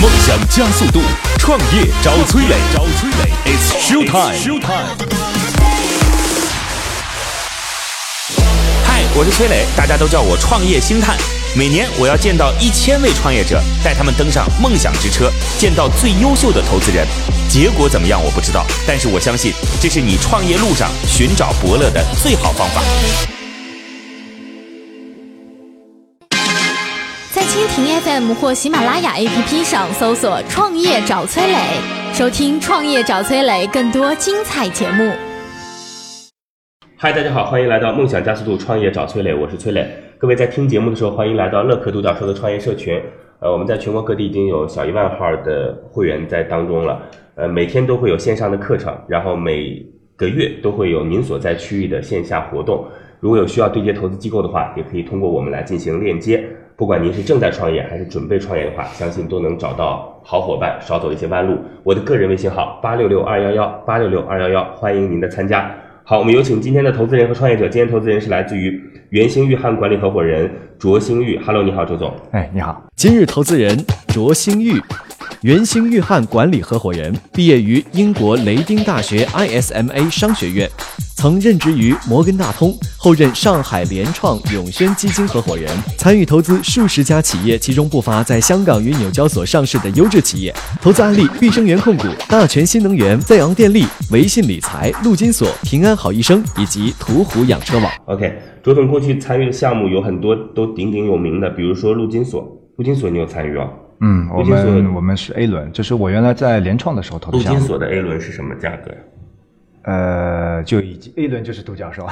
梦想加速度，创业找崔磊，It's show time。 嗨，我是崔磊，大家都叫我创业星探。每年我要见到1000位创业者，带他们登上梦想之车，见到最优秀的投资人。结果怎么样我不知道，但是我相信这是你创业路上寻找伯乐的最好方法。 在蜻蜓 FM 或喜马拉雅 APP 上搜索“创业找崔磊”，收听“创业找崔磊”更多精彩节目。 嗨，大家好，欢迎来到梦想加速度创业找崔磊，我是崔磊。各位在听节目的时候，欢迎来到乐客独角兽的创业社群。我们在全国各地已经有小1万号的会员在当中了。每天都会有线上的课程，然后每个月都会有您所在区域的线下活动。如果有需要对接投资机构的话，也可以通过我们来进行链接。不管您是正在创业还是准备创业的话，相信都能找到好伙伴，少走一些弯路。我的个人微信号866211，866211，欢迎您的参加。好，我们有请今天的投资人和创业者。今天投资人是来自于元兴裕汉管理合伙人卓兴裕。Hello， 你好，卓总。 你好。今日投资人卓兴裕，元兴裕汉管理合伙人，毕业于英国雷丁大学 ISMA 商学院，曾任职于摩根大通，后任上海联创永轩基金合伙人，参与投资数十家企业，其中不乏在香港与纽交所上市的优质企业。投资案例：碧生源控股、大全新能源、在昂电力、维信理财、陆金所、平安好医生以及途虎养车网。 OK， 卓总过去参与的项目有很多都鼎鼎有名的，比如说陆金所。陆金所你有参与哦？ 我们是 A 轮，这是我原来在联创的时候投的项目。 陆金所的 A 轮是什么价格呀？ 就已经 A 轮就是独角兽。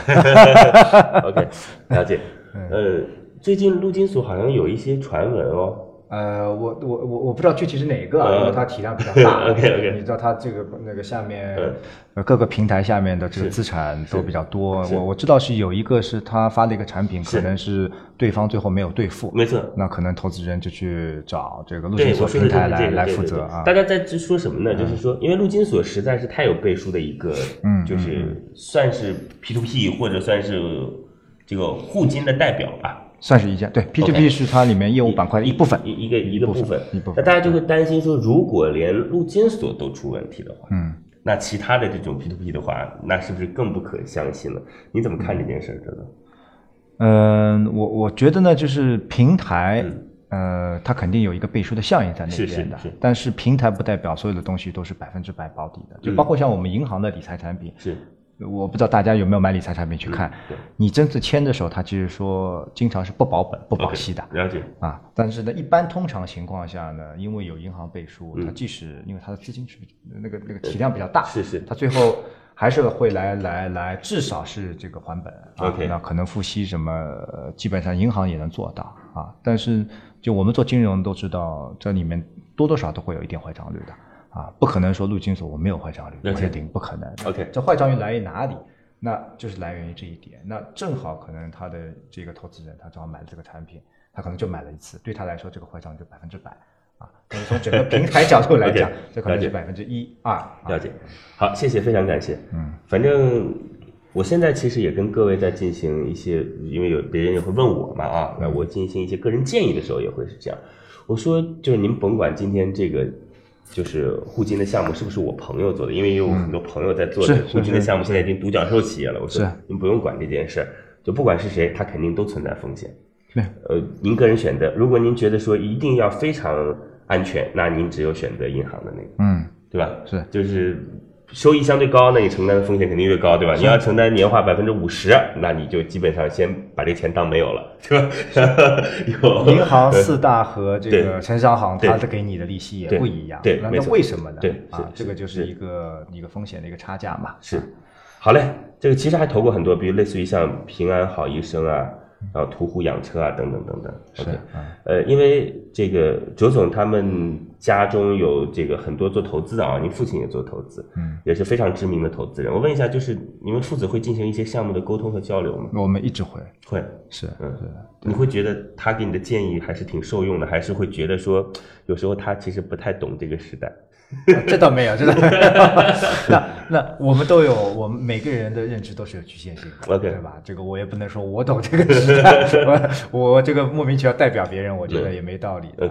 OK， 了解。最近陆金所好像有一些传闻哦。 我不知道具体是哪个，因为它体量比较大。 OK， 你知道它这个那个下面各个平台下面的这个资产都比较多。我知道是有一个是他发了一个产品，可能是对方最后没有兑付， 没错。 那可能投资人就去找这个陆金所平台来负责啊。 大家在说什么呢？就是说，因为陆金所实在是太有背书的一个，就是算是 P2P 或者算是这个互金的代表吧。 算是一家，对 P2P 是它里面业务板块的一部分， 一个部分。那大家就会担心说，如果连陆金所都出问题的话，那其他的这种 P2P 的话，那是不是更不可相信了？你怎么看这件事，这个？ 我觉得呢，就是平台，它肯定有一个背书的效应在那边的，但是平台不代表所有的东西都是100%保底的，就包括像我们银行的理财产品是。 我不知道大家有没有买理财产品去看，你真正签的时候，它其实说经常是不保本、不保息的。 了解啊，但是呢，通常情况下呢，因为有银行背书，它即使因为它的资金是那个体量比较大， 是， 它最后还是会来，至少是这个还本。 OK， 那可能付息什么，基本上银行也能做到啊。但是就我们做金融都知道，这里面多多少少都会有一点坏账率的。不可能说陆金所我没有坏账率，确定不可能。 OK， 这坏账率来源于哪里？那就是来源于这一点。那正好可能他的这个投资人他正好买了这个产品，他可能就买了一次，对他来说这个坏账率就100%啊。但是从整个平台角度来讲，这可能是1%、2%。 了解。好，谢谢，非常感谢。反正我现在其实也跟各位在进行一些，因为有别人也会问我嘛那我进行一些个人建议的时候也会是这样。我说就是您甭管今天这个。就是互金的项目是不是我朋友做的？因为有很多朋友在做的互金的项目，现在已经独角兽企业了。我说您不用管这件事，就不管是谁，他肯定都存在风险。您个人选择，如果您觉得说一定要非常安全，那您只有选择银行的那个，对吧？ 是， 就是收益相对高，那你承担的风险肯定越高，对吧？你要承担年化50%，那你就基本上先把这钱当没有了，对吧？ 银行4大和这个城商行，它给你的利息也不一样， 对， 那为什么呢？ 对， 这个就是一个风险的一个差价嘛。 是，好嘞，这个其实还投过很多，比如类似于像平安好医生啊。然后途虎养车啊，等等等等。OK，因为这个卓总他们家中有这个很多做投资的啊，您父亲也做投资，也是非常知名的投资人。我问一下，就是你们父子会进行一些项目的沟通和交流吗？ 我们一直会， 是，你会觉得他给你的建议还是挺受用的，还是会觉得说有时候他其实不太懂这个时代？ 这倒没有，这倒没有。那我们都有，我们每个人的认知都是有局限性的， OK， 对吧？这个我也不能说我懂这个时代，我这个莫名其妙代表别人，我觉得也没道理。 OK，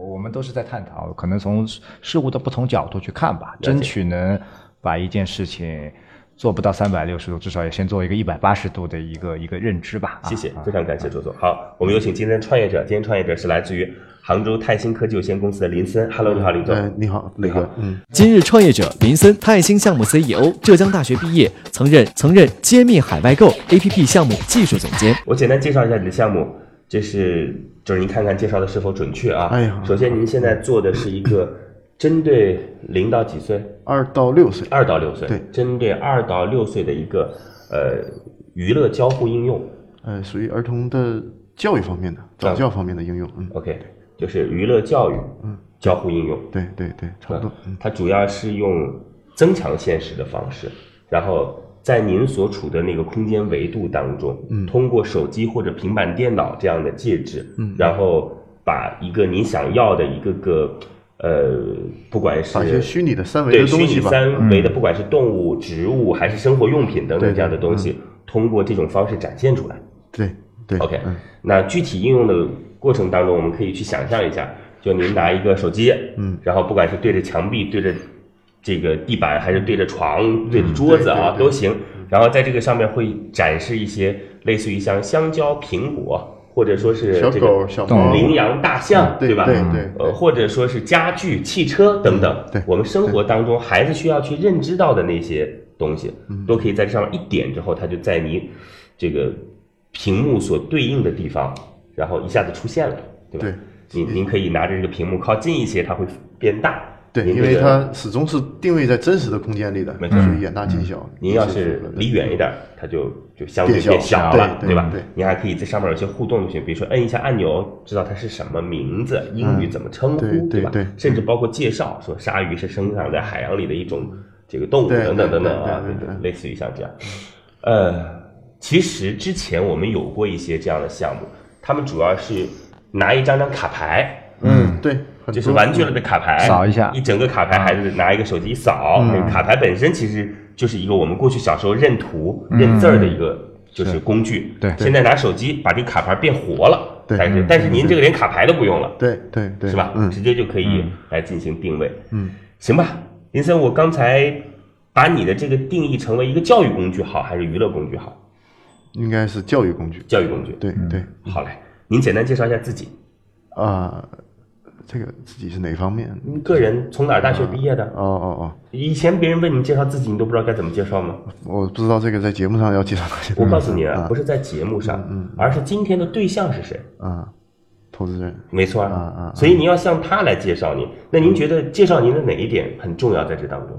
我们都是在探讨，可能从事物的不同角度去看吧，争取能把一件事情做不到360度，至少也先做一个180度的一个认知吧。 谢谢，非常感谢周总。好，我们有请今天创业者。今天创业者是来自于杭州泰兴科技有限公司的林森。Hello， 你好，林总。 你好，磊哥。 今日创业者林森，泰兴项目 CEO， 浙江大学毕业，曾任揭秘海外购 APP 项目技术总监。 我简单介绍一下你的项目，就是您看看介绍的是否准确啊？ 哎呀， 首先您现在做的是一个针对0到几岁 ？2到6岁。 2到6岁， 对， 针对2到6岁的一个娱乐交互应用， 属于儿童的教育方面的早教方面的应用。 OK， 就是娱乐教育，交互应用。 对，差不多。 它主要是用增强现实的方式，然后在您所处的那个空间维度当中，通过手机或者平板电脑这样的介质，然后把一个你想要的一个不管是把一些虚拟的3维的东西吧， 对，虚拟3维的，不管是动物、植物还是生活用品等等这样的东西，通过这种方式展现出来。 对 OK，那具体应用的过程当中，我们可以去想象一下，就您拿一个手机，然后不管是对着墙壁、对着这个地板，还是对着床、对着桌子啊，都行。然后在这个上面会展示一些类似于像香蕉、苹果，或者说是小狗、小猫、 羚羊、大象，对吧？ 对， 或者说是家具、汽车等等， 对， 我们生活当中孩子需要去认知到的那些东西，都可以在这上面一点之后，它就在你这个屏幕所对应的地方，然后一下子出现了，对吧？对，您可以拿着这个屏幕靠近一些，它会变大。 对，因为它始终是定位在真实的空间里的， 没错， 所以眼大见小。 您要是离远一点，它就相对变小了，对吧？ 对， 您还可以在上面有一些互动性，比如说摁一下按钮，知道它是什么名字，英语怎么称呼，对吧？ 对， 甚至包括介绍，说鲨鱼是生长在海洋里的一种这个动物，等等啊，类似于像这样。其实之前我们有过一些这样的项目，他们主要是拿一张卡牌， 对。 就是玩具了的卡牌， 扫一下， 一整个卡牌，孩子拿一个手机一扫，卡牌本身其实就是一个我们过去小时候认图、认字儿的一个就是工具。 对， 现在拿手机把这个卡牌变活了，但是您这个连卡牌都不用了， 对， 是吧？直接就可以来进行定位。行吧，林森，我刚才把你的这个定义成为一个教育工具好，还是娱乐工具好？ 应该是教育工具。 教育工具， 对。 好嘞，您简单介绍一下自己。 这个自己是哪方面？ 你个人从哪儿大学毕业的？以前别人问你介绍自己，你都不知道该怎么介绍吗？ 我不知道这个在节目上要介绍哪些。 我告诉你不是在节目上，而是今天的对象是谁？ 投资人。 没错所以你要向他来介绍你。那您觉得介绍您的哪一点很重要在这当中？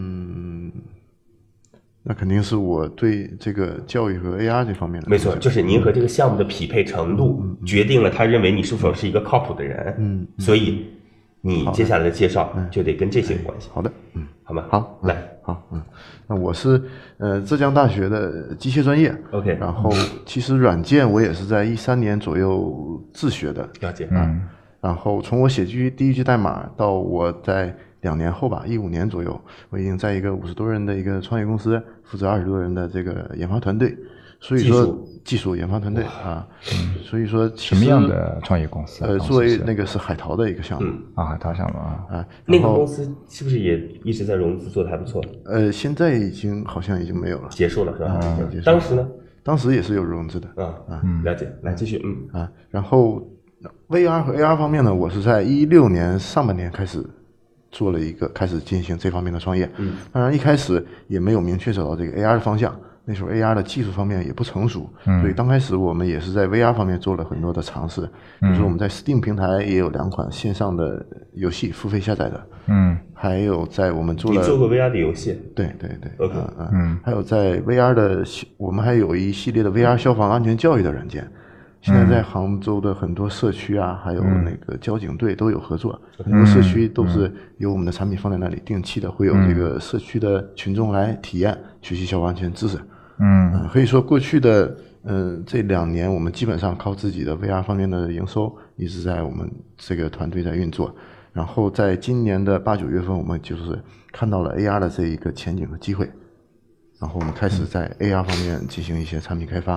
那肯定是我对这个教育和 AR 这方面的。 没错，就是您和这个项目的匹配程度，决定了他认为你是否是一个靠谱的人。所以你接下来的介绍就得跟这些有关系。 好的， 好吗？ 好， 来， 好，那我是浙江大学的机械专业 ，OK， 然后其实软件我也是在13年左右自学的， 了解， 然后从我写第一句代码到我在2年后吧，15年左右，我已经在一个50多人的一个创业公司负责20多人的这个研发团队，所以说技术研发团队所以说什么样的创业公司？ 作为那个是海淘的一个项目海淘项目那个公司是不是也一直在融资，做得还不错？ 现在好像已经没有了， 结束了是吧？当时呢？ 当时也是有融资的了解，来继续然后 VR 和 AR 方面呢，我是在16年上半年开始进行这方面的创业。当然一开始也没有明确找到这个 AR 的方向，那时候 AR 的技术方面也不成熟，所以刚开始我们也是在 VR 方面做了很多的尝试。比如说我们在 Steam 平台也有2款线上的游戏付费下载的，还有在我们你做过 VR 的游戏？ 对 ，OK， 还有在 VR 的我们还有一系列的 VR 消防安全教育的软件。现在在杭州的很多社区还有那个交警队都有合作，很多社区都是有我们的产品放在那里，定期的会有这个社区的群众来体验学习消防安全知识。可以说过去的这2年，我们基本上靠自己的 VR 方面的营收一直在我们这个团队在运作。然后在今年的8、9月份，我们就是看到了 AR 的这一个前景和机会，然后我们开始在 AR 方面进行一些产品开发。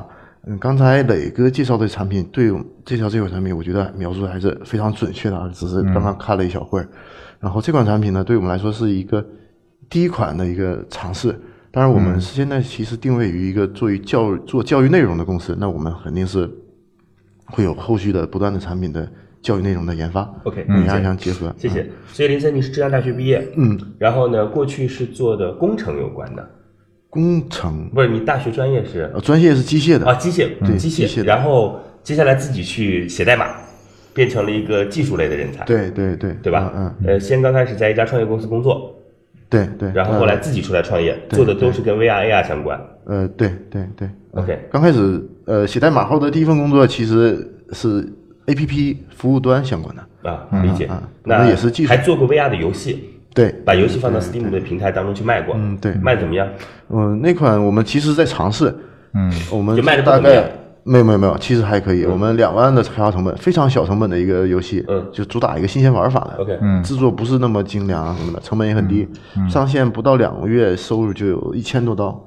刚才磊哥介绍的产品，对我介绍这款产品，我觉得描述还是非常准确的啊，只是刚刚看了一小会儿。然后这款产品呢，对我们来说是一个第一款的一个尝试。当然，我们现在其实定位于一个做教育内容的公司，那我们肯定是会有后续的不断的产品的教育内容的研发。 OK， 相结合。 谢谢。所以林森，你是浙江大学毕业，然后呢，过去是做的工程有关的。 工程不是，你大学专业是？ 专业是机械的啊，机械， 对， 机械。 然后接下来自己去写代码，变成了一个技术类的人才。 对吧？先刚开始在一家创业公司工作， 对， 然后后来自己出来创业，做的都是跟 VR AR 相关。 对。 OK， 刚开始写代码后的第一份工作其实是 APP 服务端相关的啊，理解。 那也是技术， 还做过 VR 的游戏。 对， 把游戏放到 Steam 的平台当中去卖过， 对， 卖怎么样？ 那款我们其实在尝试，我们就卖的大概没有，其实还可以。我们2万的开发成本，非常小成本的一个游戏，就主打一个新鲜玩法的。 OK， 制作不是那么精良啊什么的，成本也很低，上线不到2个月，收入就有1000多刀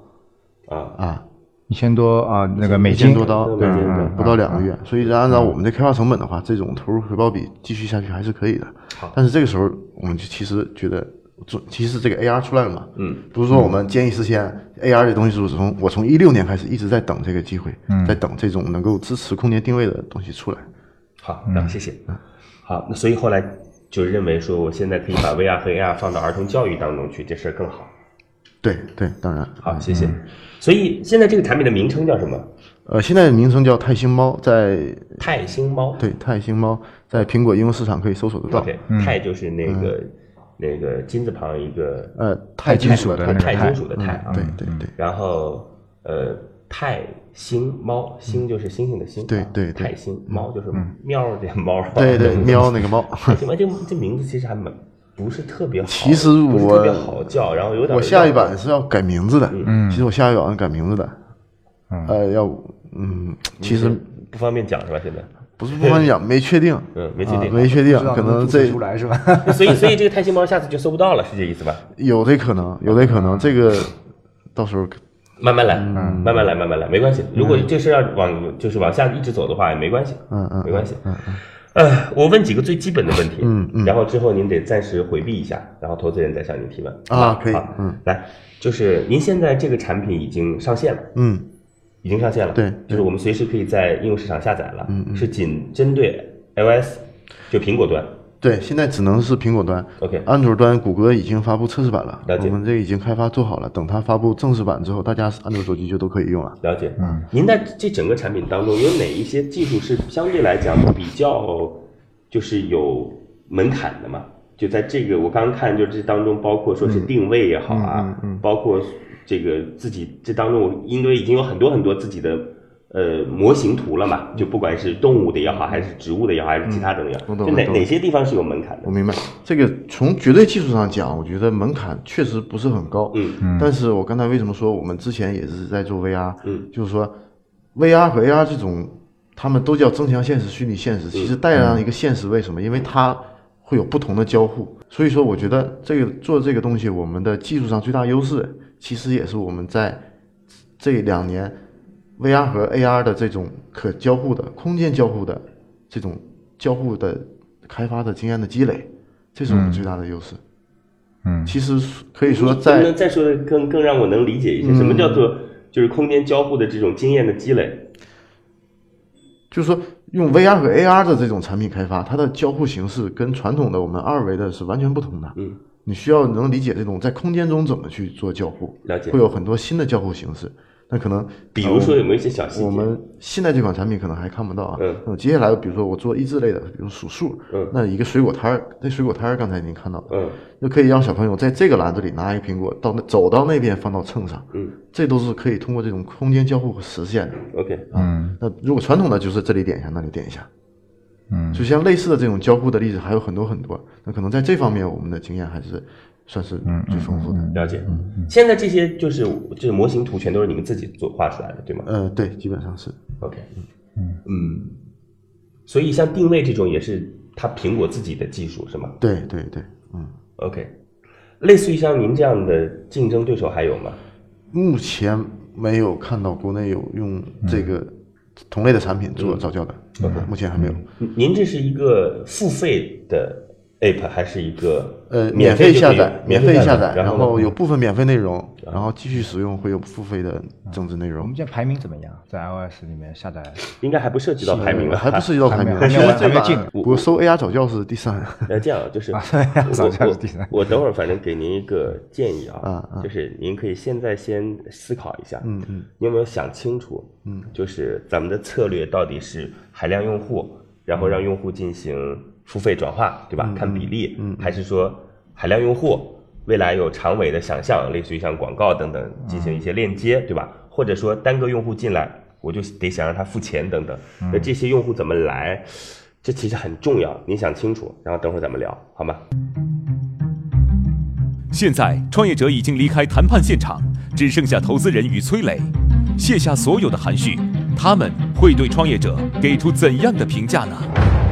，1000多啊，那个美金 1000多刀，对，不到2个月。所以按照我们的开发成本的话，这种投入回报比继续下去还是可以的。但是这个时候，我们就其实觉得，其实这个 AR 出来了嘛，不是说我们见异思迁 ，AR 这东西是我从16年开始一直在等这个机会，在等这种能够支持空间定位的东西出来。 好，那谢谢。好，那所以后来就认为说，我现在可以把 VR 和 AR 放到儿童教育当中去，这事儿更好。 对，当然。 好，谢谢。所以现在这个产品的名称叫什么？ 现在的名称叫泰星猫，在泰星猫。 对，泰星猫在苹果应用市场可以搜索得到。 OK，钛就是那个金字旁一个钛金属的钛金属的钛啊。 对。 然后泰星猫，星就是星星的星。 对。 泰星猫就是喵的猫。 对，喵那个猫。 行吧，这名字其实还不是特别好， 其实不是特别好叫，然后有点。 我下一版是要改名字的，其实我下一版是改名字的，其实不方便讲是吧？现在不是不方便讲，没确定， 没确定，可能这出来是吧？ 所以这个泰星猫下次就搜不到了，是这意思吧？ 有的可能，这个到时候慢慢来，没关系。如果这事要往下一直走的话，也没关系，没关系。我问几个最基本的问题，然后之后您得暂时回避一下，然后投资人再向您提问啊，可以， 来，就是您现在这个产品已经上线了，已经上线了， 对， 就是我们随时可以在应用市场下载了，是仅针对 iOS， 就苹果端。 对，现在只能是苹果端。 OK， 安卓端谷歌已经发布测试版了， 了解。 我们这已经开发做好了，等它发布正式版之后，大家安卓手机就都可以用了。 了解。您在这整个产品当中有哪一些技术是相对来讲比较就是有门槛的嘛？就在这个我刚刚看，就这当中包括说是定位也好啊，包括这个自己这当中，我因为已经有很多自己的。模型图了嘛，就不管是动物的也好，还是植物的也好，还是其他的也好，就哪些地方是有门槛的？ 我明白，这个从绝对技术上讲，我觉得门槛确实不是很高。但是我刚才为什么说我们之前也是在做 VR？就是说 VR 和 AR 这种，他们都叫增强现实、虚拟现实，其实带上一个现实，为什么？因为它会有不同的交互，所以说我觉得做这个东西，我们的技术上最大优势，其实也是我们在这2年。VR 和 AR 的这种可交互的空间交互的这种交互的开发的经验的积累，这是我们最大的优势。其实可以说能不能再说的更让我能理解一些，什么叫做就是空间交互的这种经验的积累？ 就是说用 VR 和 AR 的这种产品开发，它的交互形式跟传统的我们2维的是完全不同的。你需要能理解这种在空间中怎么去做交互， 了解， 会有很多新的交互形式。那可能比如说有没有一些小细节？ 我们现在这款产品可能还看不到啊。接下来比如说我做益智类的，比如数数，那一个水果摊儿，那水果摊儿刚才您看到的，就可以让小朋友在这个篮子里拿一个苹果，走到那边放到秤上，这都是可以通过这种空间交互实现的。 OK， 那如果传统的就是这里点一下，那里点一下，就像类似的这种交互的例子还有很多，那可能在这方面我们的经验还是算是最丰富的。 了解。现在这些就是模型图全都是你们自己画出来的，对吗？ 对，基本上是。 OK， 所以像定位这种也是它苹果自己的技术是吗？ 对。 OK， 类似于像您这样的竞争对手还有吗？ 目前没有看到国内有用这个同类的产品做早教的，目前还没有。 您这是一个付费的 app 还是一个免费下载？免费下载， 然后有部分免费内容，然后继续使用会有付费的增值内容。 我们现在排名怎么样？在 iOS 里面下载应该还不涉及到排名了， 还不涉及到排名， 还没进。 我搜 AR 早教是第3。 这样就是早教是第3。 我等会儿反正给您一个建议就是您可以现在先思考一下，你有没有想清楚，就是咱们的策略到底是海量用户，然后让用户进行付费转化，对吧？看比例，还是说海量用户未来有长尾的想象，类似于像广告等等进行一些链接，对吧？或者说单个用户进来，我就得想让他付钱等等。那这些用户怎么来？这其实很重要，你想清楚，然后等会儿咱们聊，好吗？ 现在创业者已经离开谈判现场，只剩下投资人与崔磊，卸下所有的含蓄，他们会对创业者给出怎样的评价呢？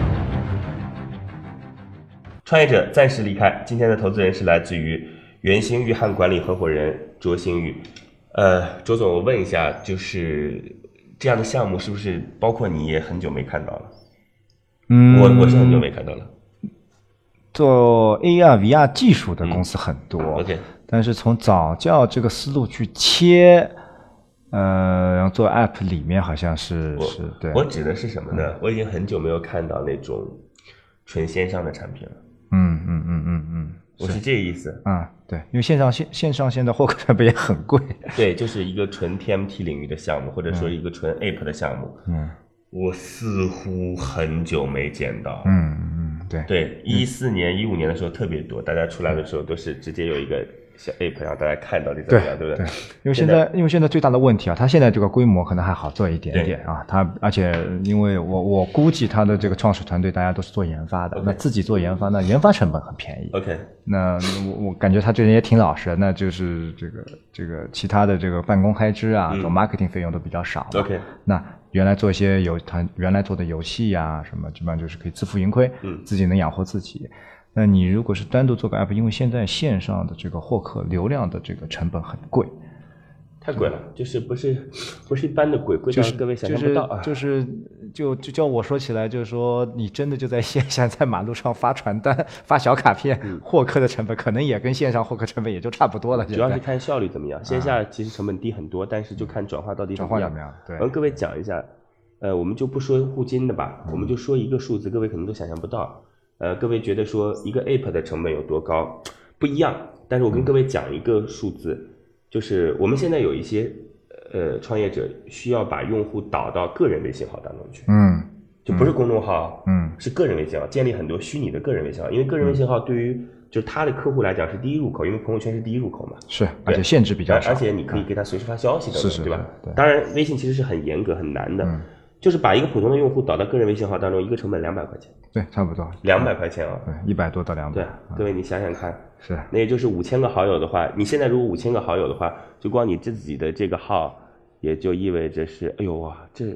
创业者暂时离开，今天的投资人是来自于元兴裕汉管理合伙人卓兴裕。卓总，我问一下，就是这样的项目是不是包括你也很久没看到了？我是很久没看到了。 做 AR VR 技术的公司很多 ，OK， 但是从早教这个思路去切，然后做 App 里面好像是对。 我指的是什么呢？我已经很久没有看到那种纯线上的产品了。我是这个意思。 对，因为线上现在获客成本也很贵。 对，就是一个纯 TMT 领域的项目，或者说一个纯 App 的项目。我似乎很久没见到。对，14年、15年的时候特别多，大家出来的时候都是直接有一个小 app 让大家看到底怎么样，对不对？ 因为现在最大的问题它现在这个规模可能还好做一点点而且因为我估计它的这个创始团队大家都是做研发的，那自己做研发，那研发成本很便宜。 OK， 那我感觉他这人也挺老实，那就是这个其他的这个办公开支做 marketing 费用都比较少。 OK， 那原来做一些原来做的游戏什么，基本上就是可以自负盈亏，自己能养活自己。那你如果是单独做个 app， 因为现在线上的这个获客流量的这个成本很贵， 太贵了，就是不是一般的贵，贵到各位想象不到就叫我说起来，就是说你真的就在线下在马路上发传单、发小卡片，获客的成本可能也跟线上获客成本也就差不多了。 主要是看效率怎么样，线下其实成本低很多，但是就看转化到底怎么样。 对， 我跟各位讲一下，我们就不说互金的吧，我们就说一个数字，各位可能都想象不到。各位觉得说一个 app 的成本有多高？不一样，但是我跟各位讲一个数字，就是我们现在有一些创业者需要把用户导到个人微信号当中去，就不是公众号，是个人微信号，建立很多虚拟的个人微信号，因为个人微信号对于就是他的客户来讲是第一入口，因为朋友圈是第一入口嘛， 是，而且限制比较少， 而且你可以给他随时发消息等等，对吧？ 对， 当然微信其实是很严格很难的。就是把一个普通的用户导到个人微信号当中，一个成本200块钱， 对，差不多 200块钱对，100多到200。 对，各位你想想看， 是， 那也就是5000个好友的话，你现在如果5000个好友的话，就光你自己的这个号，也就意味着是，哎呦哇，这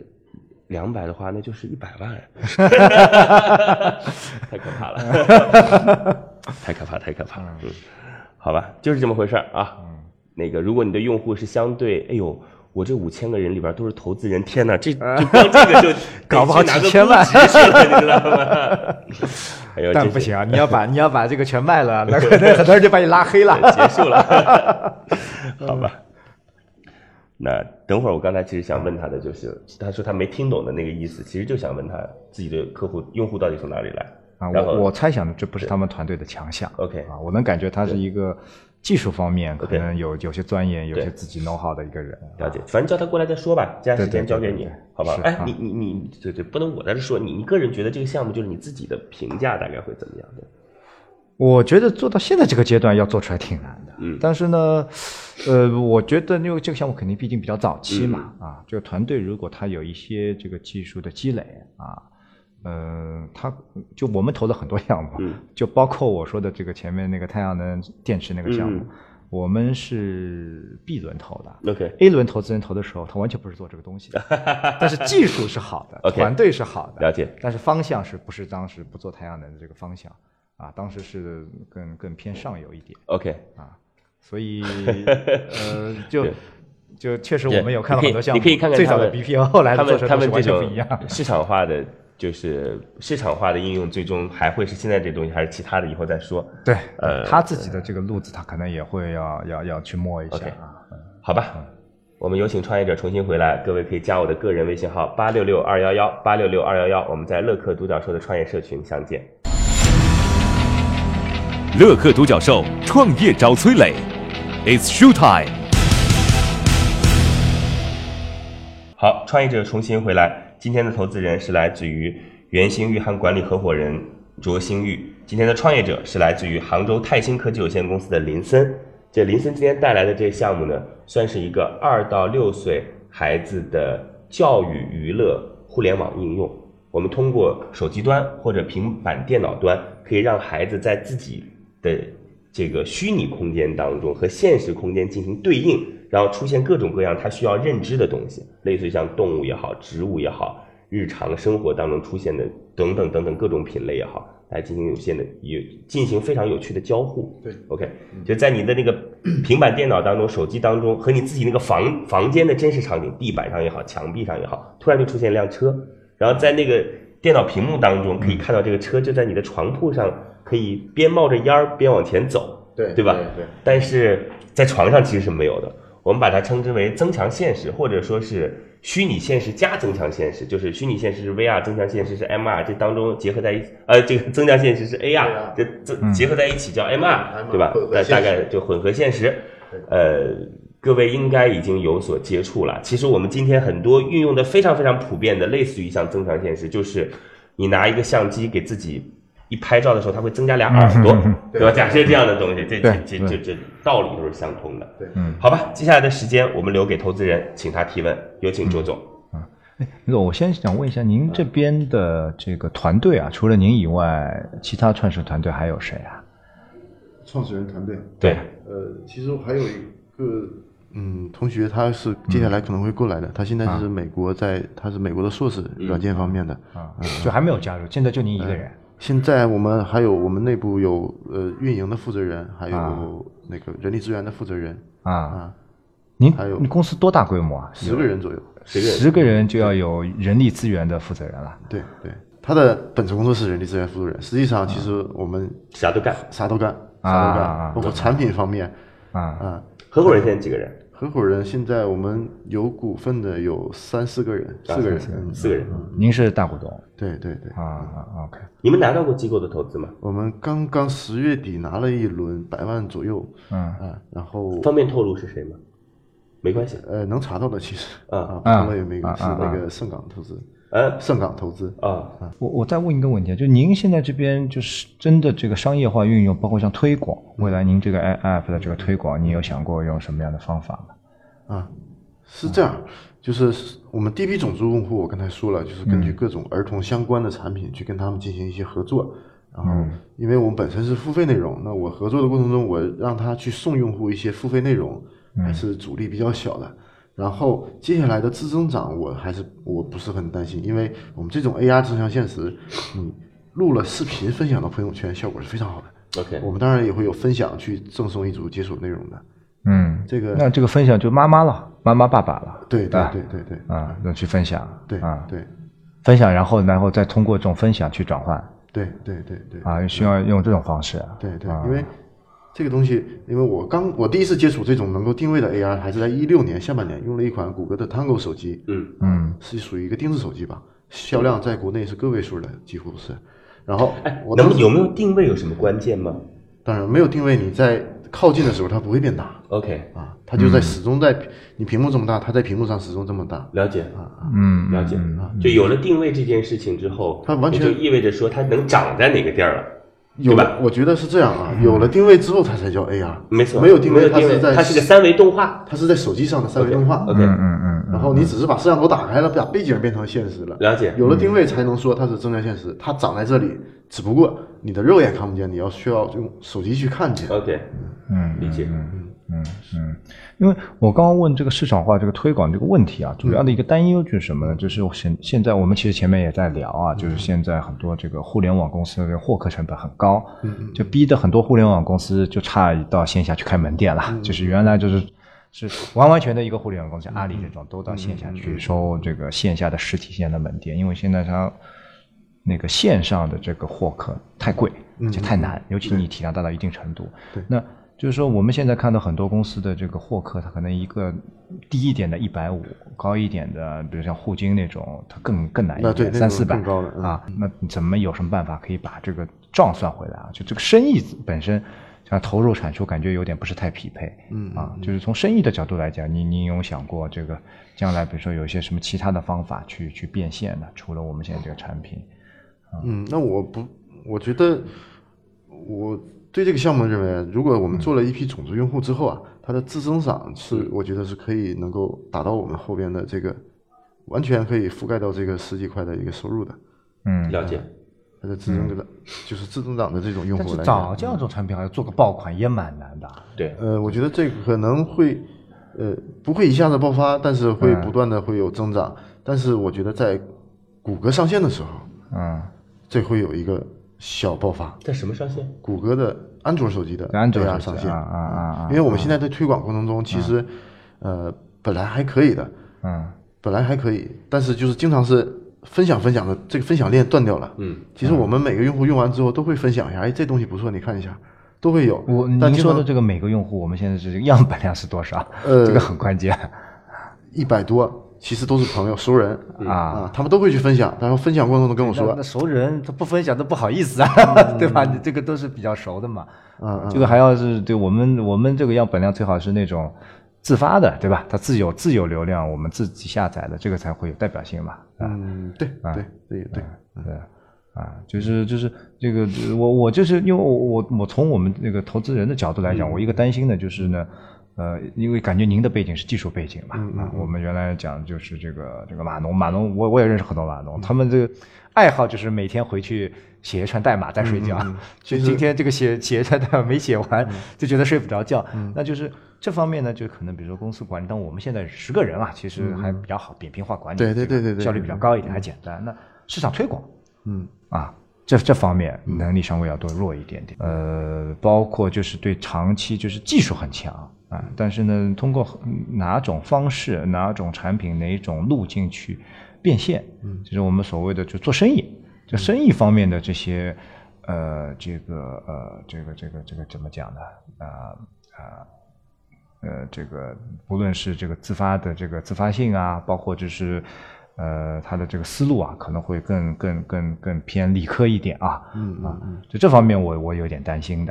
200的话，那就是100万，太可怕了，太可怕了，好吧，就是这么回事啊。那个，如果你的用户是相对，哎呦。我这5000个人里边都是投资人，天哪，就光这个就搞不好几千万去了，你知道吗？哎呦， 但不行啊！你要把这个全卖了，那可能很多人就把你拉黑了， 结束了，好吧？那等会儿我刚才其实想问他的就是，他说他没听懂的那个意思，其实就想问他自己的用户到底从哪里来啊？我猜想的这不是他们团队的强项。 OK 啊，我能感觉他是一个。技术方面可能有些钻研，有些自己 know how 的一个人。 了解，反正叫他过来再说吧，接下来时间交给你，好吧？哎，你对，不能我在这说，你个人觉得这个项目就是你自己的评价大概会怎么样的？ 我觉得做到现在这个阶段要做出来挺难的，但是呢，我觉得因为这个项目肯定毕竟比较早期嘛，这个团队如果他有一些这个技术的积累他就我们投了很多项目，就包括我说的这个前面那个太阳能电池那个项目，我们是 B 轮投的 ，A 轮投资人投的时候，他完全不是做这个东西的，但是技术是好的，团队是好的， 了解， 但是方向不是当时不做太阳能的这个方向当时是更偏上游一点 ，OK 所以就确实我们有看到很多项目， 你可以看看最早的 BPO 后来的做成他们完全不一样。 市场化的就是市场化的应用，最终还会是现在这东西，还是其他的以后再说。 对，他自己的这个路子，他可能也会要去摸一下。 OK， 好吧。我们有请创业者重新回来，各位可以加我的个人微信号866211866211，我们在乐客独角兽的创业社群相见。 乐客独角兽创业找崔磊 ，It's show time。 好，创业者重新回来，今天的投资人是来自于元兴裕汉管理合伙人卓兴玉，今天的创业者是来自于杭州泰兴科技有限公司的林森。这林森今天带来的这个项目呢，算是一个2到6岁孩子的教育娱乐互联网应用。我们通过手机端或者平板电脑端，可以让孩子在自己的这个虚拟空间当中和现实空间进行对应，然后出现各种各样他需要认知的东西，类似于像动物也好，植物也好，日常生活当中出现的等等等等各种品类也好，来进行非常有趣的交互。 对 ，OK， 就在你的那个平板电脑当中、手机当中和你自己那个房间的真实场景，地板上也好，墙壁上也好，突然就出现一辆车，然后在那个电脑屏幕当中可以看到这个车就在你的床铺上，可以边冒着烟边往前走，对吧？ 对。 但是在床上其实是没有的。我们把它称之为增强现实，或者说是虚拟现实加增强现实，就是虚拟现实是 VR， 增强现实是 MR， 这当中结合在一起，这个增强现实是 AR， 这结合在一起叫 MR， 对吧？大概就混合现实。各位应该已经有所接触了。其实我们今天很多运用的非常非常普遍的，类似于像增强现实，就是你拿一个相机给自己一拍照的时候，它会增加俩耳朵，对吧？假设这样的东西，这道理都是相通的。 对， 好吧，接下来的时间我们留给投资人，请他提问，有请周总。 那个我先想问一下，您这边的这个团队啊，除了您以外，其他创始团队还有谁啊？ 创始人团队， 对， 其实还有一个同学，他是接下来可能会过来的，他现在是美国他是美国的硕士，软件方面的就还没有加入，现在就您一个人。 现在我们内部有运营的负责人，还有那个人力资源的负责人您公司多大规模啊 ？10个人左右 ，10个人就要有人力资源的负责人了。 对，他的本职工作是人力资源负责人，实际上其实我们啥都干， 包括产品方面合伙人现在几个人？ 合伙人现在我们有股份的有3-4个人，4个人。 您是大股东？ 对。 OK。 你们拿到过机构的投资吗？ 我们刚10月底拿了一轮100万左右，然后方便透露是谁吗？没关系， 能查到的其实不透露也没关系，是那个盛港投资。盛港投资我再问一个问题，就您现在这边就是真的这个商业化运用，包括像推广，未来您这个 app 的这个推广，你有想过用什么样的方法吗？ 是这样，就是我们第一批种子用户，我刚才说了，就是根据各种儿童相关的产品去跟他们进行一些合作，然后因为我们本身是付费内容，那我合作的过程中，我让他去送用户一些付费内容，还是阻力比较小的。然后接下来的自增长，我不是很担心，因为我们这种 AR 增强现实，你录了视频分享到朋友圈，效果是非常好的。 OK， 我们当然也会有分享去赠送一组解锁内容的。 那这个分享就妈妈爸爸了。对，那去分享。 对， 分享，然后再通过这种分享去转换。 对。 需要用这种方式。 对，因为这个东西，因为我第一次接触这种能够定位的 AR， 还是在2016年下半年，用了一款谷歌的 Tango 手机，是属于一个定制手机吧，销量在国内是个位数的，几乎是。然后有没有定位有什么关键吗？ 当然没有定位，你在靠近的时候它不会变大。 OK 它就始终在你屏幕这么大，它在屏幕上始终这么大。 了解了解就有了定位这件事情之后， 它完全就意味着说它能长在哪个地儿了。 有吧？我觉得是这样有了定位之后，它才叫 AR。 没错， 没有定位，它是个3维动画， 它是在手机上的3维动画。 OK， 然后你只是把摄像头打开了，把背景变成现实了。 了解。 有了定位，才能说它是增强现实，它长在这里，只不过你的肉眼看不见，你需要用手机去看见。 OK， 理解。 因为我刚刚问这个市场化这个推广这个问题主要的一个担忧就是什么呢？就是现在我们其实前面也在聊就是现在很多这个互联网公司的获客成本很高，就逼得很多互联网公司就差到线下去开门店了，就是原来就是是完完全的一个互联网公司，阿里这种都到线下去收这个线下的实体线的门店，因为现在它那个线上的这个获客太贵，而且太难，尤其你体量大到一定程度。 对， 那就是说我们现在看到很多公司的这个获客，它可能一个低一点的150，高一点的，比如像互金那种，它更难一点，300-400啊。那怎么有什么办法可以把这个账算回来啊？就这个生意本身，像投入产出感觉有点不是太匹配，就是从生意的角度来讲，你有想过这个将来比如说有一些什么其他的方法去变现呢？除了我们现在这个产品？ 那我觉得我对这个项目认为，如果我们做了一批种子用户之后啊，它的自增长我觉得是可以能够达到我们后边的这个完全可以覆盖到这个10几块的一个收入的。 了解。 它的就是自增长的这种用户来讲， 但是找这样一种产品还要做个爆款也蛮难的。 对， 我觉得这个可能会不会一下子爆发，但是会不断的会有增长。但是我觉得在谷歌上线的时候，这会有一个小爆发。 在什么上线？ 谷歌的安卓手机的 AR 上线啊！ 因为我们现在在推广过程中，其实本来还可以的，本来还可以，但是就是经常是分享的这个分享链断掉了。其实我们每个用户用完之后都会分享一下，哎，这东西不错，你看一下，都会有。 您说的这个每个用户，我们现在这个样本量是多少？这个很关键。 100多。其实都是朋友熟人他们都会去分享，然后分享过程中跟我说， 那熟人他不分享都不好意思啊，对吧？你这个都是比较熟的嘛，这个还要是对我们这个样本量最好是那种自发的，对吧？它自有流量，我们自己下载的，这个才会有代表性嘛。 对， 就是这个我就是因为我从我们这个投资人的角度来讲，我一个担心的就是呢。因为感觉您的背景是技术背景嘛，我们原来讲就是这个码农，我也认识很多码农，他们这个爱好就是每天回去写一串代码再睡觉，就今天这个写一串代码没写完，就觉得睡不着觉，那就是这方面呢，就可能比如说公司管理，但我们现在10个人啊，其实还比较好，扁平化管理， 对， 效率比较高一点，还简单。那市场推广，这方面能力稍微要多弱一点点，包括就是对长期就是技术很强。但是呢，通过哪种方式、哪种产品、哪种路径去变现，就是我们所谓的就做生意，就生意方面的这些，这个怎么讲呢？这个不论是这个自发的这个自发性啊，包括就是他的这个思路啊，可能会更偏理科一点啊，就这方面我有点担心的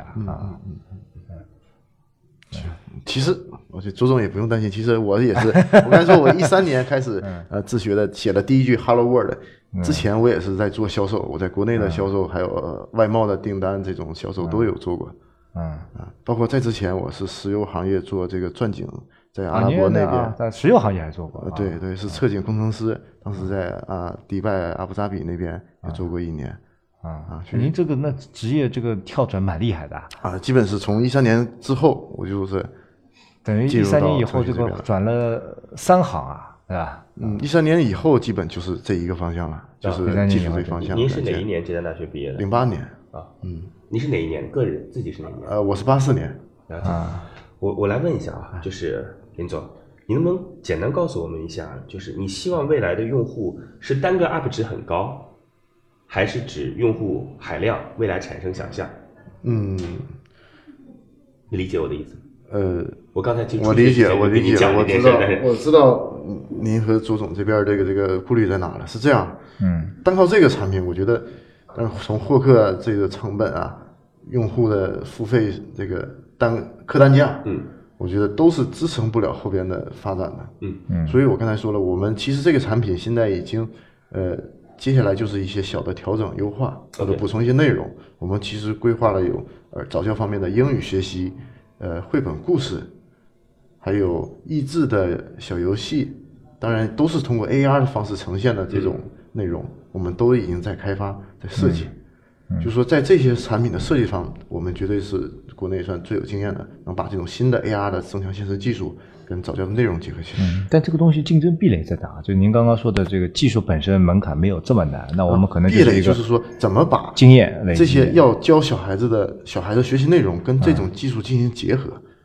其实我觉得周总也不用担心，其实我也是，我刚才说我13年开始自学的，写了第一句 Hello World，之前我也是在做销售，我在国内的销售还有外贸的订单这种销售都有做过，包括在之前我是石油行业做这个钻井，在阿拉伯那边， 在石油行业还做过， 对，是测井工程师，当时在迪拜阿布扎比那边也做过1年。 您这个那职业这个跳转蛮厉害的基本是从13年之后，我就是等于13年以后这个转了3行对吧 ？13年以后基本就是这一个方向了，就是技术这方向。 您是哪一年浙江大学毕业的 ？08年你是哪一年？个人自己是哪一年？ 我是84年。 了解。我来问一下就是林总，你能不能简单告诉我们一下，就是你希望未来的用户是单个 UP 值很高？还是指用户海量未来产生想象？你理解我的意思？我刚才我理解，我知道您和周总这边这个顾虑在哪了。是这样，单靠这个产品，我觉得，从获客这个成本用户的付费这个客单价，我觉得都是支撑不了后边的发展的。所以我刚才说了，我们其实这个产品现在已经接下来就是一些小的调整优化，或者补充一些内容。我们其实规划了有早教方面的英语学习，绘本故事，还有益智的小游戏，当然都是通过 AR 的方式呈现的这种内容，我们都已经在开发在设计。就是说在这些产品的设计上，我们绝对是国内算最有经验的，能把这种新的 AR 的增强现实技术跟早教的内容结合起来。 但这个东西竞争壁垒在哪？就您刚刚说的这个技术本身门槛没有这么难，那我们可能壁垒就是说怎么把经验这些要教小孩子学习内容跟这种技术进行结合，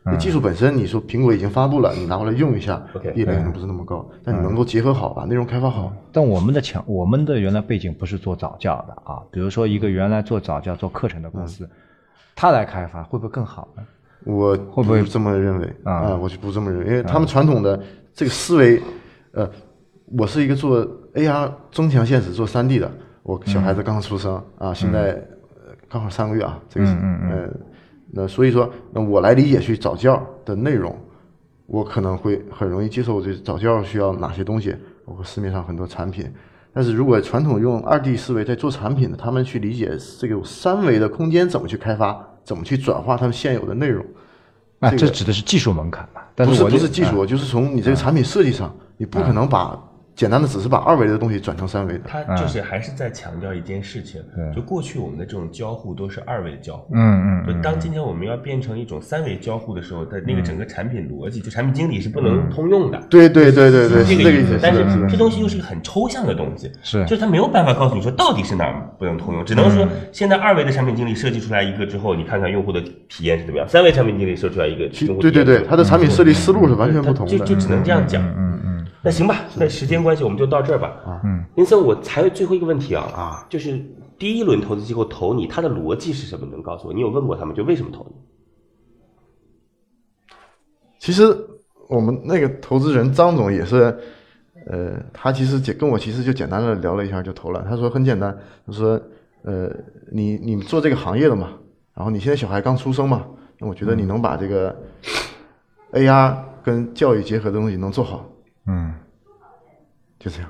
技术本身，你说苹果已经发布了，你拿回来用一下，壁垒可能不是那么高，但你能够结合好，把内容开发好。 但我们的原来背景不是做早教的啊，比如说一个原来做早教做课程的公司，他来开发会不会更好呢？ 我会不会这么认为啊？我就不这么认为，因为他们传统的这个思维，我是一个做 AR 增强现实做3D 的，我小孩子刚出生啊，现在刚好3个月啊，这个那所以说，那我来理解去早教的内容，我可能会很容易接受这早教需要哪些东西，包括市面上很多产品。但是如果传统用2D 思维在做产品的，他们去理解这个3维的空间怎么去开发，怎么去转化他们现有的内容， 这指的是技术门槛嘛？但是不是技术，就是从你这个产品设计上，你不可能把简单的只是把2维的东西转成3维的。 他就是还是在强调一件事情，就过去我们的这种交互都是2维交互，就当今天我们要变成一种3维交互的时候，的那个整个产品逻辑，就产品经理是不能通用的。 对， 这个意思。 但是这东西又是个很抽象的东西，就是他没有办法告诉你说到底是哪儿不能通用，只能说现在2维的产品经理设计出来一个之后，你看看用户的体验是怎么样，3维产品经理设计出来一个用户体验， 对，他的产品设计思路是完全不同的， 就只能这样讲。那行吧，那时间关系我们就到这儿吧。林森，我还有最后一个问题啊，就是第一轮投资机构投你，它的逻辑是什么？能告诉我？你有问过他们，就为什么投你？ 其实我们那个投资人张总也是，他其实跟我就简单的聊了一下就投了。他说很简单，他说你做这个行业的嘛，然后你现在小孩刚出生嘛，那我觉得你能把这个 AR 跟教育结合的东西能做好。就这样。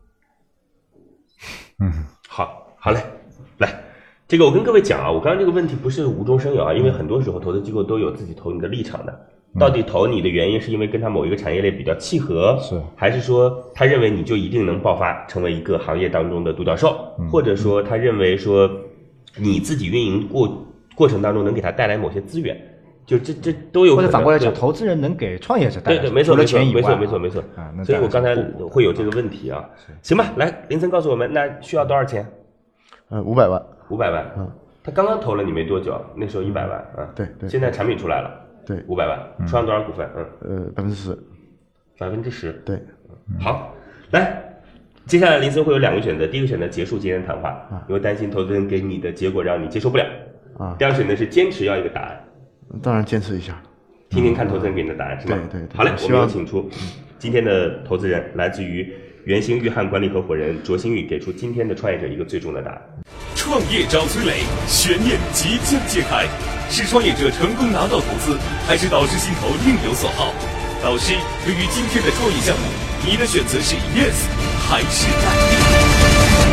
好嘞，来，这个我跟各位讲啊，我刚刚这个问题不是无中生有啊，因为很多时候投资机构都有自己投你的立场的。到底投你的原因是因为跟他某一个产业链比较契合，还是说他认为你就一定能爆发成为一个行业当中的独角兽，或者说他认为说你自己运营过程当中能给他带来某些资源？就这都有可能， 或者反过来讲，投资人能给创业者带来除了钱以外， 没错。所以我刚才会有这个问题啊。行吧，来，林森告诉我们，那需要多少钱 ？500万。 500万。他刚刚投了你没多久，那时候100万啊。 对。 现在产品出来了。 对。 500万，出让多少股份 ？10%。 10%。 对。 好，来，接下来林森会有2个选择，第一个选择结束今天的谈话，因为担心投资人给你的结果让你接受不了。第二个选择是坚持要一个答案。 当然坚持一下， 听听看投资人给你的答案是吗？ 对。 好嘞，我们有请出今天的投资人，来自于元兴裕汉管理合伙人卓新玉，给出今天的创业者一个最终的答案。 创业找崔磊，悬念即将揭开，是创业者成功拿到投资，还是导师心头另有所好？导师，对于今天的创业项目，你的选择是 yes 还是 no？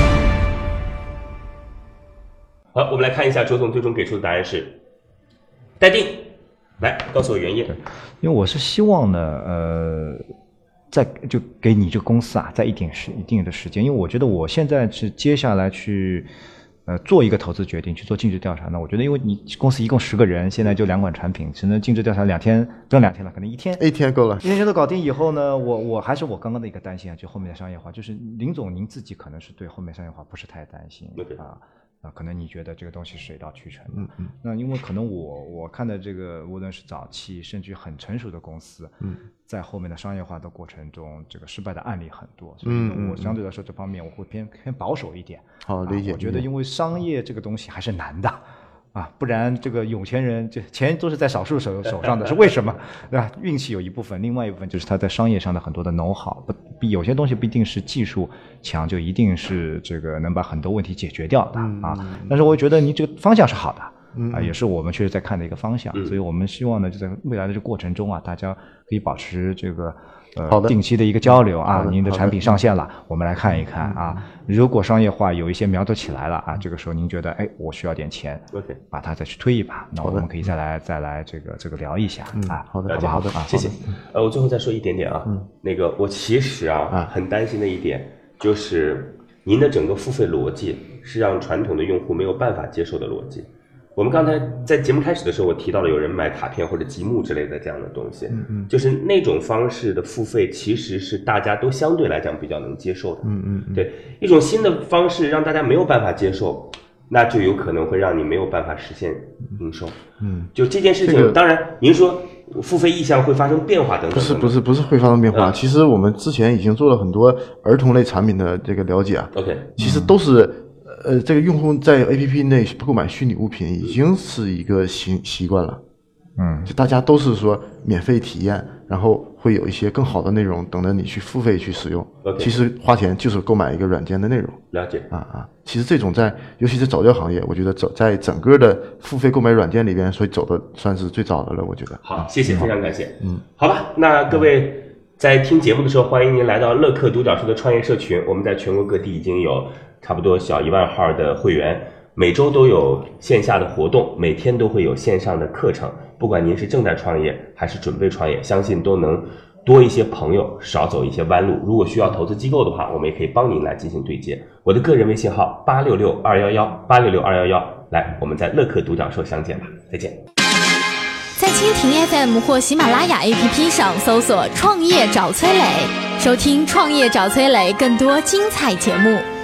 好，我们来看一下卓总最终给出的答案是待定。来告诉我原因。 因为我是希望呢，就给你这个公司啊，在一定的时间，因为我觉得我现在是接下来去做一个投资决定，去做尽职调查呢。我觉得因为你公司一共10个人，现在就2款产品，只能尽职调查2天，不用2天了，可能1天够了。 1天都搞定以后呢，我还是我刚刚的一个担心啊，就后面的商业化，就是林总您自己可能是对后面商业化不是太担心啊，可能你觉得这个东西水到渠成。那因为可能我看的这个无论是早期甚至很成熟的公司，在后面的商业化的过程中，这个失败的案例很多，所以我相对来说这方面我会偏保守一点。 好，理解。 我觉得因为商业这个东西还是难的。不然这个有钱人这钱都是在少数手上的，是为什么？对吧？运气有一部分，另外一部分就是他在商业上的很多的know how，有些东西不一定是技术强就一定是这个能把很多问题解决掉的但是我觉得你这个方向是好的也是我们确实在看的一个方向，所以我们希望呢就在未来的这个过程中大家可以保持这个定期的一个交流您的产品上线了，我们来看一看如果商业化有一些苗头起来了这个时候您觉得我需要点钱，把它再去推一把，那我们可以再来这个聊一下好的， 好的， 谢谢。我最后再说一点点那个我其实很担心的一点就是您的整个付费逻辑是让传统的用户没有办法接受的逻辑。我们刚才在节目开始的时候，我提到了有人买卡片或者积木之类的这样的东西，就是那种方式的付费其实是大家都相对来讲比较能接受的，对，一种新的方式让大家没有办法接受，那就有可能会让你没有办法实现营收，就这件事情，当然您说付费意向会发生变化等等？ 不是会发生变化。其实我们之前已经做了很多儿童类产品的这个了解啊。 OK， 其实都是这个用户在 APP 内购买虚拟物品已经是一个习惯了。就大家都是说免费体验，然后会有一些更好的内容等着你去付费去使用。其实花钱就是购买一个软件的内容。 了解其实这种尤其是早教行业，我觉得在整个的付费购买软件里边，所以走的算是最早的了。我觉得。 好，谢谢，非常感谢。好吧，那各位在听节目的时候，欢迎您来到乐客独角兽的创业社群。我们在全国各地已经有差不多小1万号的会员，每周都有线下的活动，每天都会有线上的课程。不管您是正在创业还是准备创业，相信都能多一些朋友，少走一些弯路。如果需要投资机构的话，我们也可以帮您来进行对接。我的个人微信号866211，866211，来，我们在乐客独角兽相见吧，再见。 在蜻蜓 FM 或喜马拉雅 APP 上搜索“创业找崔磊”，收听“创业找崔磊”更多精彩节目。